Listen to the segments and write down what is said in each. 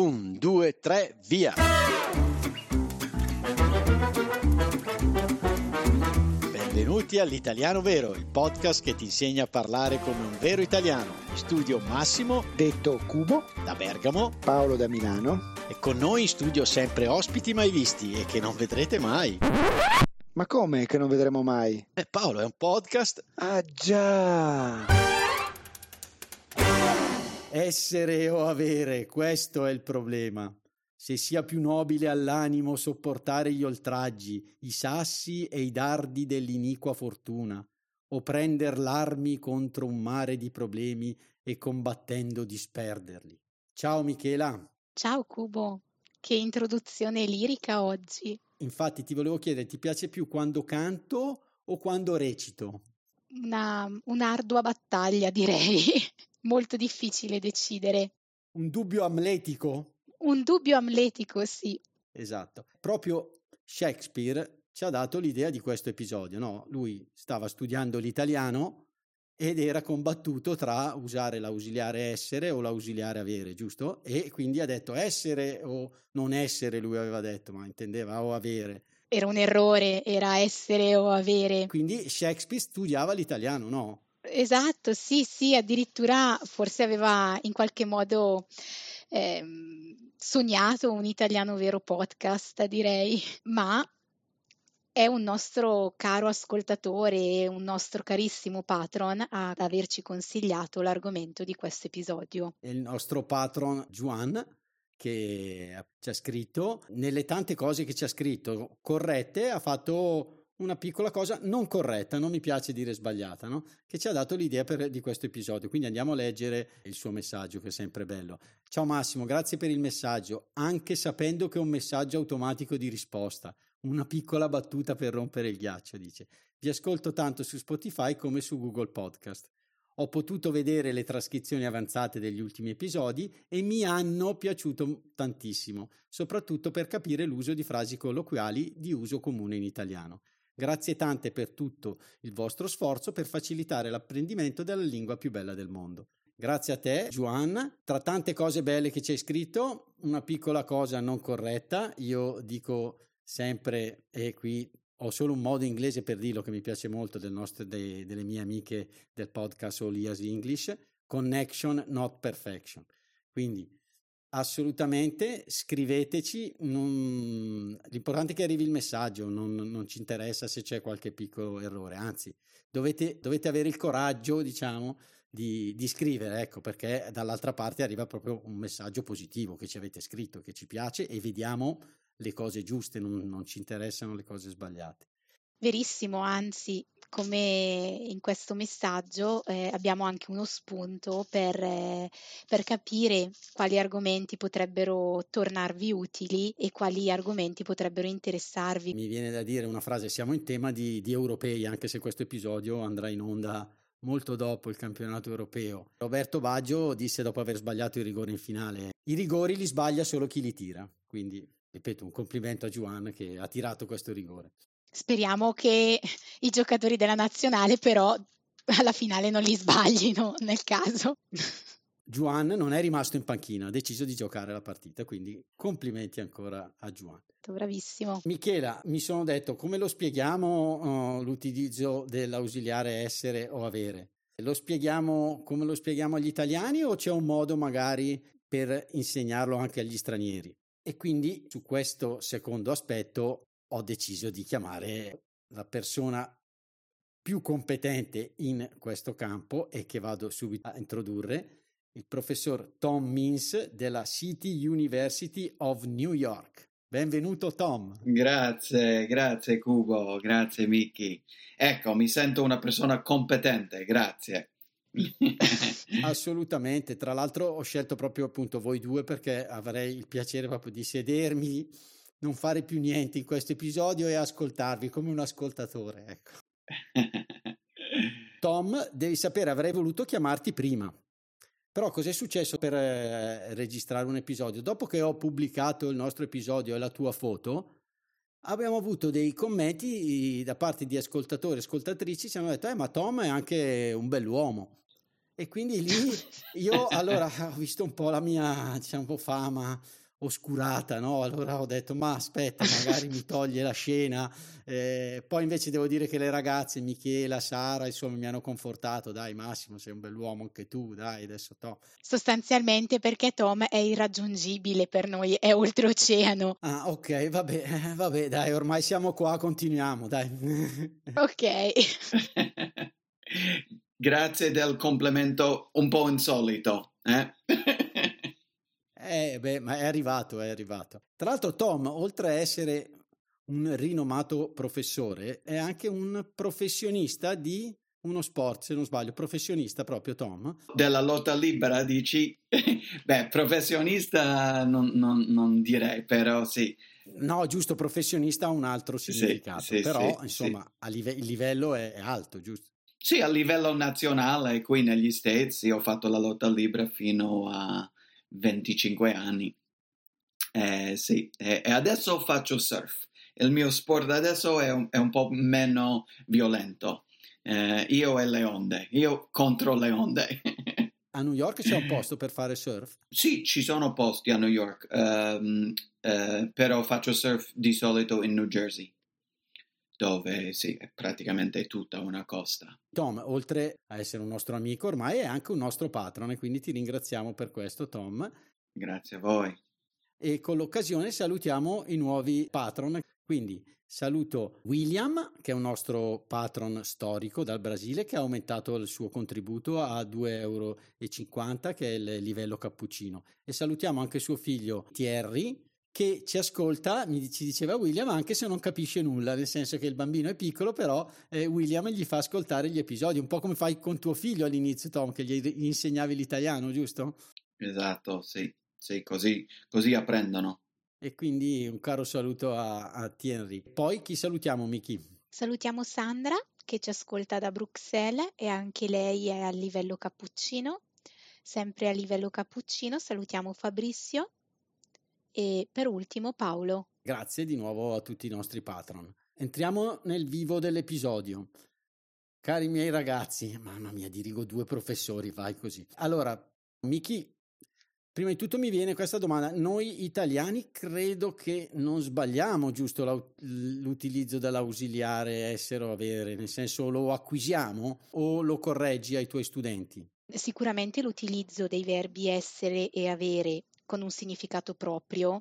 1, 2, 3, via! Benvenuti all'Italiano Vero, il podcast che ti insegna a parlare come un vero italiano. In studio Massimo, detto Cubo, da Bergamo, Paolo da Milano. E con noi in studio sempre ospiti mai visti e che non vedrete mai. Ma come che non vedremo mai? Paolo, è un podcast. Ah già! Essere o avere, questo è il problema. Se sia più nobile all'animo sopportare gli oltraggi, i sassi e i dardi dell'iniqua fortuna, o prender l'armi contro un mare di problemi e combattendo disperderli. Ciao Michela. Ciao Cubo, che introduzione lirica oggi. Infatti ti volevo chiedere, ti piace più quando canto o quando recito? Un'ardua battaglia, direi. Molto difficile decidere. Un dubbio amletico? Un dubbio amletico, sì. Esatto. Proprio Shakespeare ci ha dato l'idea di questo episodio, no? Lui stava studiando l'italiano ed era combattuto tra usare l'ausiliare essere o l'ausiliare avere, giusto? E quindi ha detto essere o non essere, lui aveva detto, ma intendeva o avere. Era un errore, era essere o avere. Quindi Shakespeare studiava l'italiano, no? Esatto, sì, addirittura forse aveva in qualche modo sognato un Italiano Vero podcast, direi, ma è un nostro caro ascoltatore e un nostro carissimo patron ad averci consigliato l'argomento di questo episodio. È il nostro patron Juan, che ci ha scritto, nelle tante cose che ci ha scritto corrette, ha fatto una piccola cosa non corretta, non mi piace dire sbagliata, no? Che ci ha dato l'idea di questo episodio. Quindi andiamo a leggere il suo messaggio, che è sempre bello. Ciao Massimo, grazie per il messaggio, anche sapendo che è un messaggio automatico di risposta. Una piccola battuta per rompere il ghiaccio, dice. Vi ascolto tanto su Spotify come su Google Podcast. Ho potuto vedere le trascrizioni avanzate degli ultimi episodi e mi hanno piaciuto tantissimo, soprattutto per capire l'uso di frasi colloquiali di uso comune in italiano. Grazie tante per tutto il vostro sforzo per facilitare l'apprendimento della lingua più bella del mondo. Grazie a te, Juan. Tra tante cose belle che ci hai scritto, una piccola cosa non corretta. Io dico sempre, e qui ho solo un modo inglese per dirlo che mi piace molto delle mie amiche del podcast All Ears English, connection not perfection. Quindi assolutamente scriveteci, l'importante è che arrivi il messaggio, non ci interessa se c'è qualche piccolo errore, anzi dovete avere il coraggio, diciamo, di scrivere, ecco, perché dall'altra parte arriva proprio un messaggio positivo, che ci avete scritto, che ci piace e vediamo le cose giuste, non ci interessano le cose sbagliate. Verissimo, anzi, come in questo messaggio abbiamo anche uno spunto per capire quali argomenti potrebbero tornarvi utili e quali argomenti potrebbero interessarvi. Mi viene da dire una frase, siamo in tema di europei, anche se questo episodio andrà in onda molto dopo il campionato europeo. Roberto Baggio disse dopo aver sbagliato il rigore in finale, i rigori li sbaglia solo chi li tira, quindi ripeto un complimento a Juan che ha tirato questo rigore. Speriamo che i giocatori della nazionale però alla finale non li sbaglino nel caso. Juan non è rimasto in panchina, ha deciso di giocare la partita, quindi complimenti ancora a Juan. Bravissimo. Michela, mi sono detto, come lo spieghiamo l'utilizzo dell'ausiliare essere o avere? Come lo spieghiamo agli italiani o c'è un modo magari per insegnarlo anche agli stranieri? E quindi su questo secondo aspetto ho deciso di chiamare la persona più competente in questo campo e che vado subito a introdurre, il professor Tom Means della City University of New York. Benvenuto Tom. Grazie Cubo, grazie Mickey. Ecco, mi sento una persona competente, grazie. Assolutamente, tra l'altro ho scelto proprio appunto voi due perché avrei il piacere proprio di sedermi, non fare più niente in questo episodio e ascoltarvi come un ascoltatore, ecco. Tom, devi sapere, avrei voluto chiamarti prima, però cos'è successo per registrare un episodio? Dopo che ho pubblicato il nostro episodio e la tua foto, abbiamo avuto dei commenti da parte di ascoltatori e ascoltatrici, ci hanno detto ma Tom è anche un bell'uomo. E quindi lì io allora ho visto un po' la mia, diciamo, un po' fama oscurata, no? Allora ho detto, ma aspetta, magari mi toglie la scena. Poi invece devo dire che le ragazze, Michela, Sara, insomma, mi hanno confortato. Dai, Massimo, sei un bell'uomo anche tu, dai, adesso Sostanzialmente perché Tom è irraggiungibile per noi, è oltreoceano. Ah, ok, vabbè, dai, ormai siamo qua, continuiamo, dai. Ok. Grazie del complimento un po' insolito, eh? Ma è arrivato. Tra l'altro Tom, oltre a essere un rinomato professore, è anche un professionista di uno sport, se non sbaglio, professionista proprio Tom. Della lotta libera, dici? Beh, professionista non direi, però sì. No, giusto, professionista ha un altro significato, Sì, però sì, insomma sì. il livello è alto, giusto? Sì, a livello nazionale, qui negli States, io ho fatto la lotta libera fino a 25 anni. Sì, e adesso faccio surf. Il mio sport adesso è un po' meno violento. Io e le onde, io contro le onde. A New York c'è un posto per fare surf? Sì, ci sono posti a New York, però faccio surf di solito in New Jersey, dove sì, è praticamente tutta una costa. Tom, oltre a essere un nostro amico, ormai è anche un nostro patron e quindi ti ringraziamo per questo, Tom. Grazie a voi. E con l'occasione salutiamo i nuovi patron. Quindi saluto William, che è un nostro patron storico dal Brasile, che ha aumentato il suo contributo a 2,50 €, che è il livello cappuccino. E salutiamo anche suo figlio Thierry, che ci ascolta, ci diceva William, anche se non capisce nulla, nel senso che il bambino è piccolo, però William gli fa ascoltare gli episodi, un po' come fai con tuo figlio all'inizio, Tom, che gli insegnavi l'italiano, giusto? Esatto, sì, così apprendono. E quindi un caro saluto a Thierry. Poi chi salutiamo, Miki? Salutiamo Sandra che ci ascolta da Bruxelles e anche lei è a livello cappuccino. Sempre a livello cappuccino salutiamo Fabrizio e per ultimo Paolo. Grazie di nuovo a tutti i nostri patron. Entriamo nel vivo dell'episodio. Cari miei ragazzi, mamma mia, dirigo 2 professori, vai così. Allora, Miki, prima di tutto mi viene questa domanda. Noi italiani credo che non sbagliamo, giusto, l'utilizzo dell'ausiliare essere o avere, nel senso lo acquisiamo o lo correggi ai tuoi studenti? Sicuramente l'utilizzo dei verbi essere e avere con un significato proprio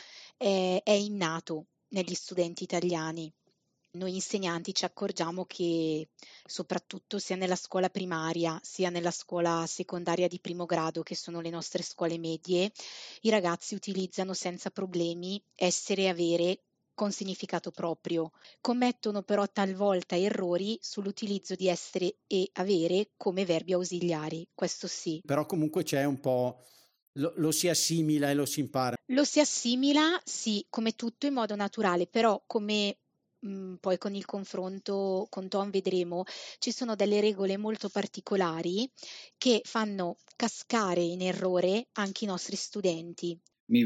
è innato negli studenti italiani. Noi insegnanti ci accorgiamo che soprattutto sia nella scuola primaria sia nella scuola secondaria di primo grado, che sono le nostre scuole medie, i ragazzi utilizzano senza problemi essere e avere con significato proprio. Commettono però talvolta errori sull'utilizzo di essere e avere come verbi ausiliari, questo sì. Però comunque c'è un po', lo si assimila e lo si impara. Lo si assimila, sì, come tutto in modo naturale, però come poi con il confronto con Tom vedremo, ci sono delle regole molto particolari che fanno cascare in errore anche i nostri studenti. Mi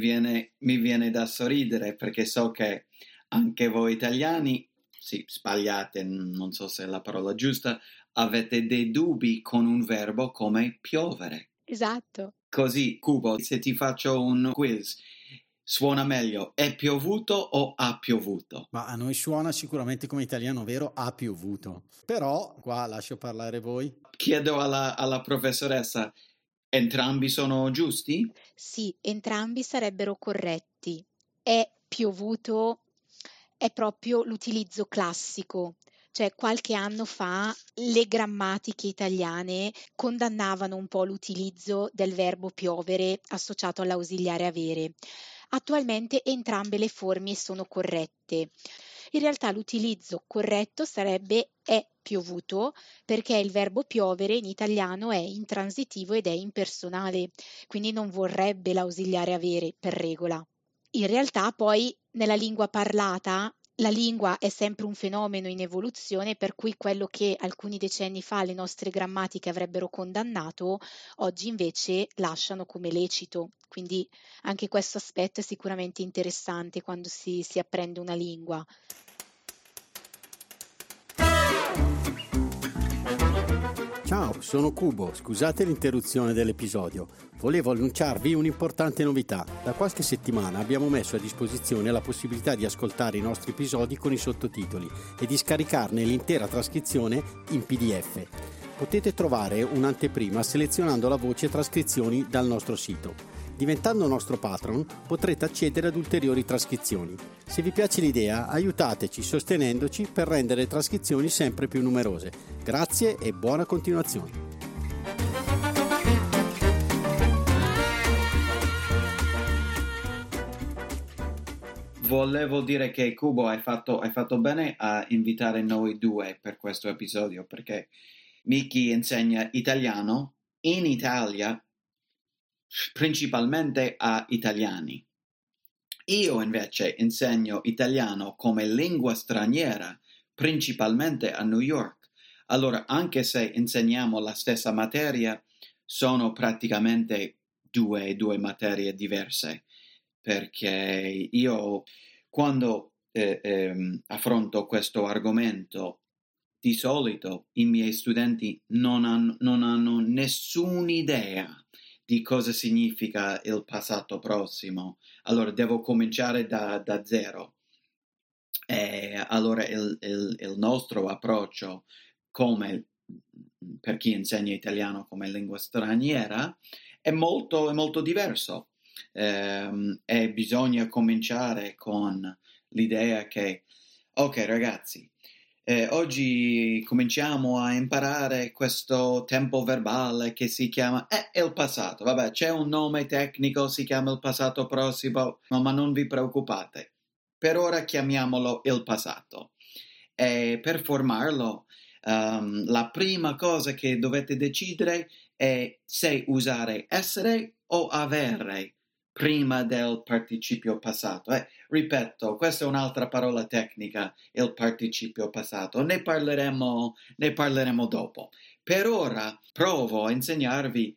viene da sorridere perché so che anche voi italiani, sì, sbagliate, non so se è la parola giusta, avete dei dubbi con un verbo come piovere. Esatto. Così, Cubo, se ti faccio un quiz, suona meglio è piovuto o ha piovuto? Ma a noi suona sicuramente come italiano vero ha piovuto. Però qua lascio parlare voi. Chiedo alla professoressa, entrambi sono giusti? Sì, entrambi sarebbero corretti. È piovuto è proprio l'utilizzo classico. Cioè qualche anno fa le grammatiche italiane condannavano un po' l'utilizzo del verbo piovere associato all'ausiliare avere. Attualmente entrambe le forme sono corrette. In realtà l'utilizzo corretto sarebbe è piovuto, perché il verbo piovere in italiano è intransitivo ed è impersonale, quindi non vorrebbe l'ausiliare avere per regola. In realtà poi nella lingua parlata la lingua è sempre un fenomeno in evoluzione, per cui quello che alcuni decenni fa le nostre grammatiche avrebbero condannato, oggi invece lasciano come lecito. Quindi anche questo aspetto è sicuramente interessante quando si apprende una lingua. Ciao Ciao, sono Cubo, scusate l'interruzione dell'episodio. Volevo annunciarvi un'importante novità. Da qualche settimana abbiamo messo a disposizione la possibilità di ascoltare i nostri episodi con i sottotitoli e di scaricarne l'intera trascrizione in PDF. Potete trovare un'anteprima selezionando la voce trascrizioni dal nostro sito. Diventando nostro patron potrete accedere ad ulteriori trascrizioni. Se vi piace l'idea, aiutateci sostenendoci per rendere le trascrizioni sempre più numerose. Grazie e buona continuazione. Volevo dire che Cubo hai fatto bene a invitare noi due per questo episodio, perché Miki insegna italiano in Italia principalmente a italiani. Io invece insegno italiano come lingua straniera principalmente a New York. Allora, anche se insegniamo la stessa materia, sono praticamente due materie diverse, perché io quando affronto questo argomento, di solito i miei studenti non hanno nessuna idea di cosa significa il passato prossimo. Allora devo cominciare da zero. Allora il nostro approccio come per chi insegna italiano come lingua straniera è molto diverso. E bisogna cominciare con l'idea che, ok ragazzi, oggi cominciamo a imparare questo tempo verbale che si chiama il passato. Vabbè, c'è un nome tecnico, si chiama il passato prossimo, ma non vi preoccupate. Per ora chiamiamolo il passato. E per formarlo, la prima cosa che dovete decidere è se usare essere o avere prima del participio passato. Ripeto, questa è un'altra parola tecnica, il participio passato. Ne parleremo dopo. Per ora provo a insegnarvi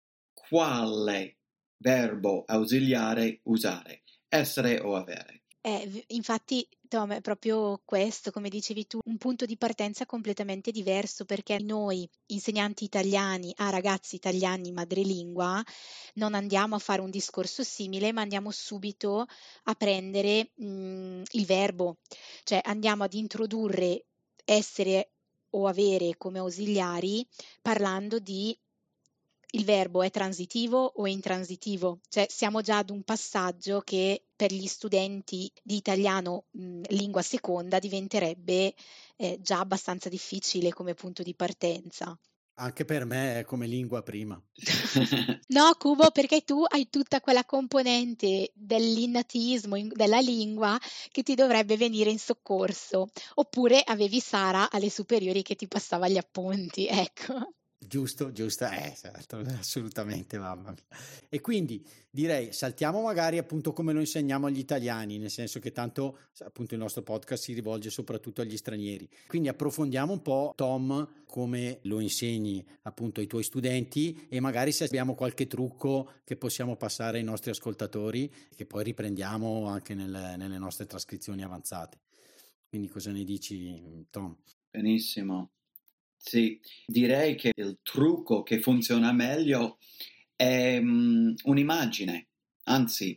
quale verbo ausiliare usare, essere o avere. Infatti, Tom, è proprio questo, come dicevi tu, un punto di partenza completamente diverso, perché noi, insegnanti italiani a ragazzi italiani madrelingua, non andiamo a fare un discorso simile, ma andiamo subito a prendere il verbo, cioè andiamo ad introdurre essere o avere come ausiliari parlando di il verbo è transitivo o intransitivo, cioè siamo già ad un passaggio che per gli studenti di italiano lingua seconda diventerebbe già abbastanza difficile come punto di partenza. Anche per me è come lingua prima. No, Cubo, perché tu hai tutta quella componente dell'innatismo della lingua che ti dovrebbe venire in soccorso, oppure avevi Sara alle superiori che ti passava gli appunti, ecco. Giusto, certo, assolutamente, mamma mia. E quindi direi saltiamo magari appunto come lo insegniamo agli italiani, nel senso che tanto appunto il nostro podcast si rivolge soprattutto agli stranieri. Quindi approfondiamo un po', Tom, come lo insegni appunto ai tuoi studenti e magari se abbiamo qualche trucco che possiamo passare ai nostri ascoltatori, che poi riprendiamo anche nelle nostre trascrizioni avanzate. Quindi cosa ne dici, Tom? Benissimo. Sì, direi che il trucco che funziona meglio è un'immagine, anzi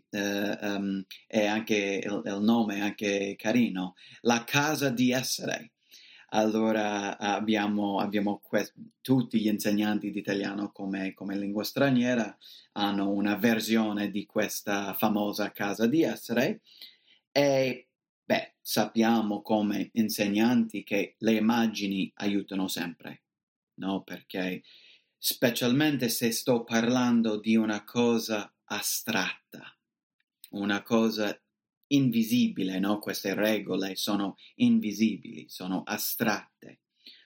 è anche il nome è anche carino, la casa di essere. Allora abbiamo tutti gli insegnanti di italiano come lingua straniera hanno una versione di questa famosa casa di essere e sappiamo come insegnanti che le immagini aiutano sempre, no? Perché specialmente se sto parlando di una cosa astratta, una cosa invisibile, no? Queste regole sono invisibili, sono astratte.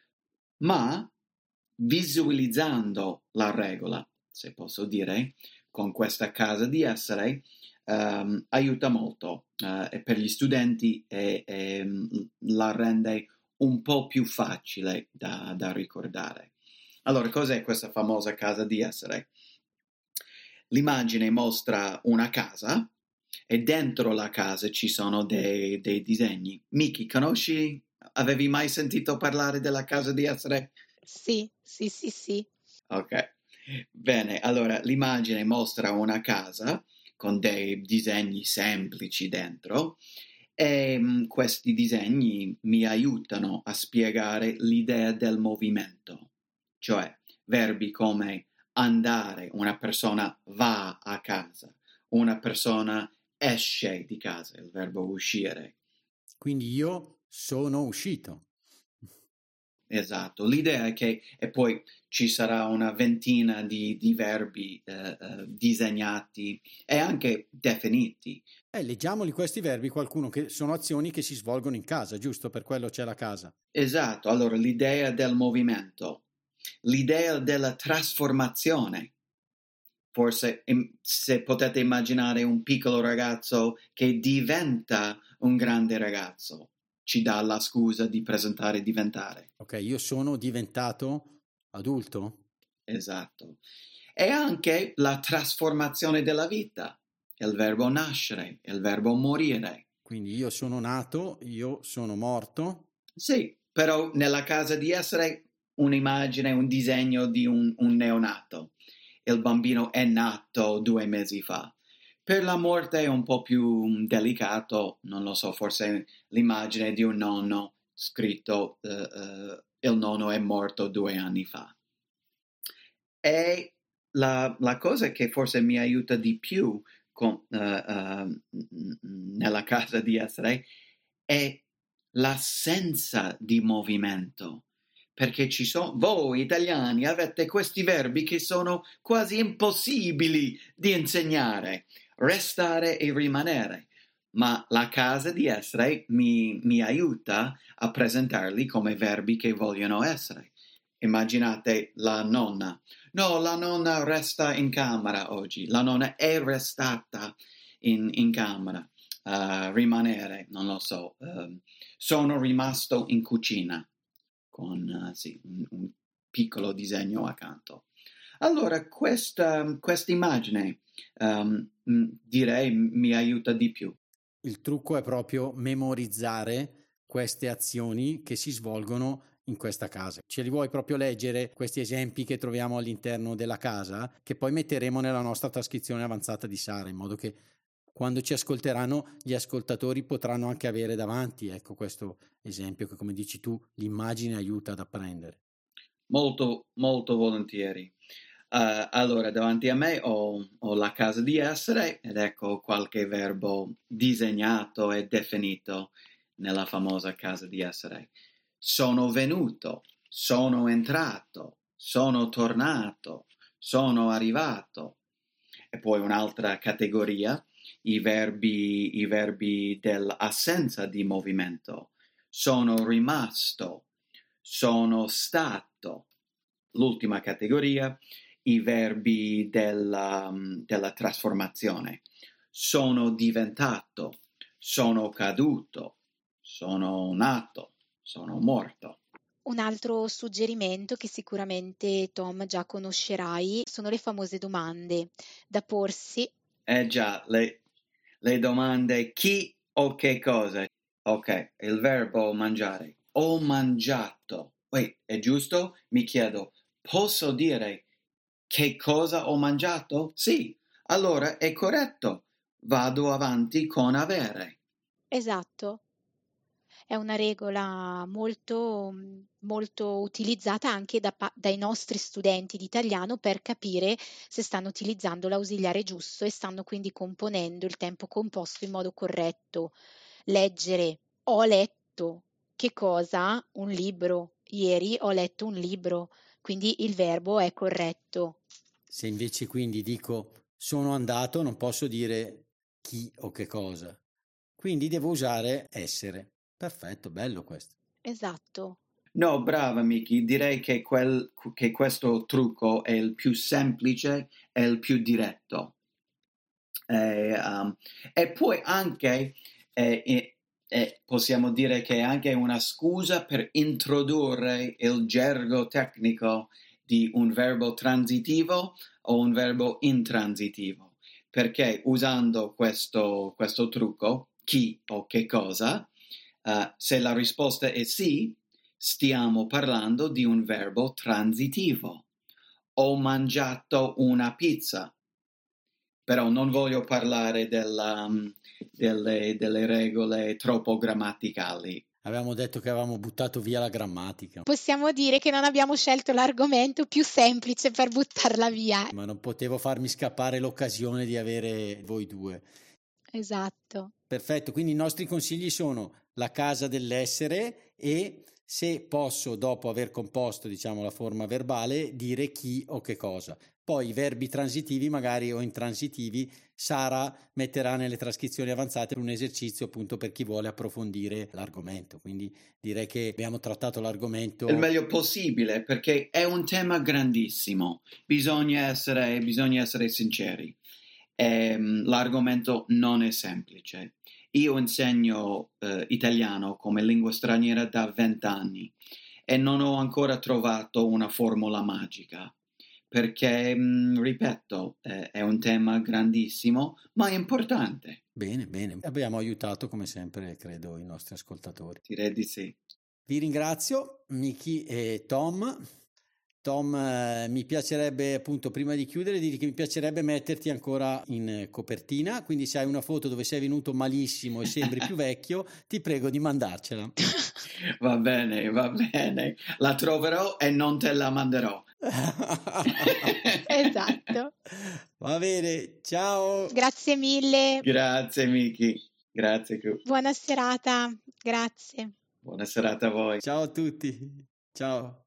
Ma visualizzando la regola, se posso dire, con questa casa di essere, aiuta molto per gli studenti e la rende un po' più facile da ricordare. Allora, cos'è questa famosa casa di essere? L'immagine mostra una casa e dentro la casa ci sono dei disegni. Miki, conosci? Avevi mai sentito parlare della casa di essere? Sì, sì, sì, sì. Ok, bene, allora l'immagine mostra una casa con dei disegni semplici dentro e questi disegni mi aiutano a spiegare l'idea del movimento, cioè verbi come andare, una persona va a casa, una persona esce di casa, il verbo uscire. Quindi io sono uscito. Esatto, l'idea è che e poi ci sarà una ventina di verbi disegnati e anche definiti. Leggiamoli questi verbi, qualcuno che sono azioni che si svolgono in casa, giusto? Per quello c'è la casa. Esatto, allora l'idea del movimento, l'idea della trasformazione. Forse se potete immaginare un piccolo ragazzo che diventa un grande ragazzo, ci dà la scusa di presentare diventare. Ok, io sono diventato adulto. Esatto. E anche la trasformazione della vita, il verbo nascere, il verbo morire. Quindi io sono nato, io sono morto. Sì, però nella casa di essere un'immagine, un disegno di un neonato. Il bambino è nato 2 mesi fa. Per la morte è un po' più delicato, non lo so, forse l'immagine di un nonno scritto il nonno è morto 2 anni fa. E la cosa che forse mi aiuta di più nella casa di essere è l'assenza di movimento. Perché voi italiani avete questi verbi che sono quasi impossibili di insegnare, restare e rimanere. Ma la casa di essere mi aiuta a presentarli come verbi che vogliono essere. Immaginate la nonna. No, la nonna resta in camera oggi. La nonna è restata in camera. Rimanere, non lo so. Sono rimasto in cucina con un piccolo disegno accanto. Allora, questa immagine direi mi aiuta di più. Il trucco è proprio memorizzare queste azioni che si svolgono in questa casa. Ce li vuoi proprio leggere questi esempi che troviamo all'interno della casa, che poi metteremo nella nostra trascrizione avanzata di Sara, in modo che quando ci ascolteranno gli ascoltatori potranno anche avere davanti, ecco, questo esempio che, come dici tu, l'immagine aiuta ad apprendere. Molto, molto volentieri. Allora, davanti a me ho la casa di essere ed ecco qualche verbo disegnato e definito nella famosa casa di essere. Sono venuto, sono entrato, sono tornato, sono arrivato. E poi un'altra categoria, i verbi dell'assenza di movimento. Sono rimasto, sono stato. L'ultima categoria, i verbi della trasformazione. Sono diventato, sono caduto, sono nato, sono morto. Un altro suggerimento che sicuramente Tom già conoscerai sono le famose domande da porsi. Già, le domande chi o che cosa. Ok, il verbo mangiare. Ho mangiato. È giusto? Mi chiedo, posso dire che cosa ho mangiato? Sì, allora è corretto. Vado avanti con avere. Esatto. È una regola molto, molto utilizzata anche dai nostri studenti di italiano per capire se stanno utilizzando l'ausiliare giusto e stanno quindi componendo il tempo composto in modo corretto. Leggere, ho letto. Che cosa? Un libro. Ieri ho letto un libro, quindi il verbo è corretto. Se invece quindi dico sono andato, non posso dire chi o che cosa. Quindi devo usare essere. Perfetto, bello questo. Esatto. No, brava Miki, direi che questo trucco è il più semplice e il più diretto. E poi anche possiamo dire che è anche una scusa per introdurre il gergo tecnico di un verbo transitivo o un verbo intransitivo, perché usando questo trucco, chi o che cosa, se la risposta è sì, Stiamo parlando di un verbo transitivo. Ho mangiato una pizza. Però non voglio parlare delle regole troppo grammaticali. Avevamo detto che avevamo buttato via la grammatica. Possiamo dire che non abbiamo scelto l'argomento più semplice per buttarla via. Ma non potevo farmi scappare l'occasione di avere voi due. Esatto. Perfetto, quindi i nostri consigli sono la casa dell'essere e se posso, dopo aver composto, diciamo, la forma verbale, dire chi o che cosa. Poi i verbi transitivi magari o intransitivi Sara metterà nelle trascrizioni avanzate un esercizio appunto per chi vuole approfondire l'argomento. Quindi direi che abbiamo trattato l'argomento il meglio possibile perché è un tema grandissimo. Bisogna essere sinceri. L'argomento non è semplice. Io insegno italiano come lingua straniera da 20 anni e non ho ancora trovato una formula magica perché, ripeto, è un tema grandissimo ma è importante. Bene, abbiamo aiutato come sempre, credo, i nostri ascoltatori. Direi di sì. Vi ringrazio, Miki e Tom. Tom, mi piacerebbe appunto prima di chiudere dire che mi piacerebbe metterti ancora in copertina, quindi se hai una foto dove sei venuto malissimo e sembri più vecchio, ti prego di mandarcela. Va bene, la troverò e non te la manderò. Esatto. Va bene, ciao. Grazie mille. Grazie Miki, grazie. Buona serata, grazie. Buona serata a voi. Ciao a tutti, ciao.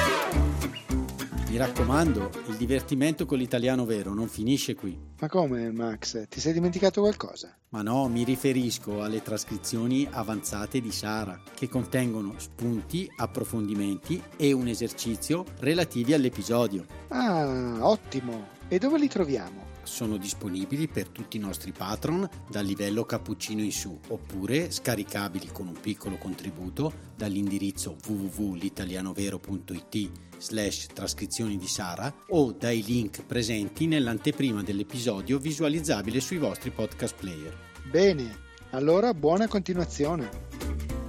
Mi raccomando, il divertimento con l'italiano vero non finisce qui. Ma come, Max? Ti sei dimenticato qualcosa? Ma no, mi riferisco alle trascrizioni avanzate di Sara, che contengono spunti, approfondimenti e un esercizio relativi all'episodio. Ah, ottimo! E dove li troviamo? Sono disponibili per tutti i nostri patron dal livello cappuccino in su, oppure scaricabili con un piccolo contributo dall'indirizzo www.litalianovero.it/trascrizioni di Sara o dai link presenti nell'anteprima dell'episodio visualizzabile sui vostri podcast player. Bene, allora buona continuazione.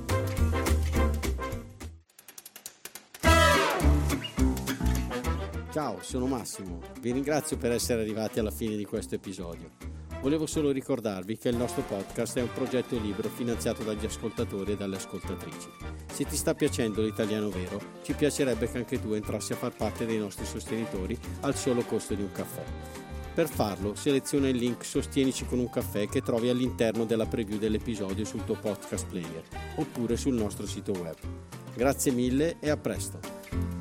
Ciao, sono Massimo. Vi ringrazio per essere arrivati alla fine di questo episodio. Volevo solo ricordarvi che il nostro podcast è un progetto libero finanziato dagli ascoltatori e dalle ascoltatrici. Se ti sta piacendo l'italiano vero, ci piacerebbe che anche tu entrassi a far parte dei nostri sostenitori al solo costo di un caffè. Per farlo, seleziona il link Sostienici con un caffè che trovi all'interno della preview dell'episodio sul tuo podcast player oppure sul nostro sito web. Grazie mille e a presto!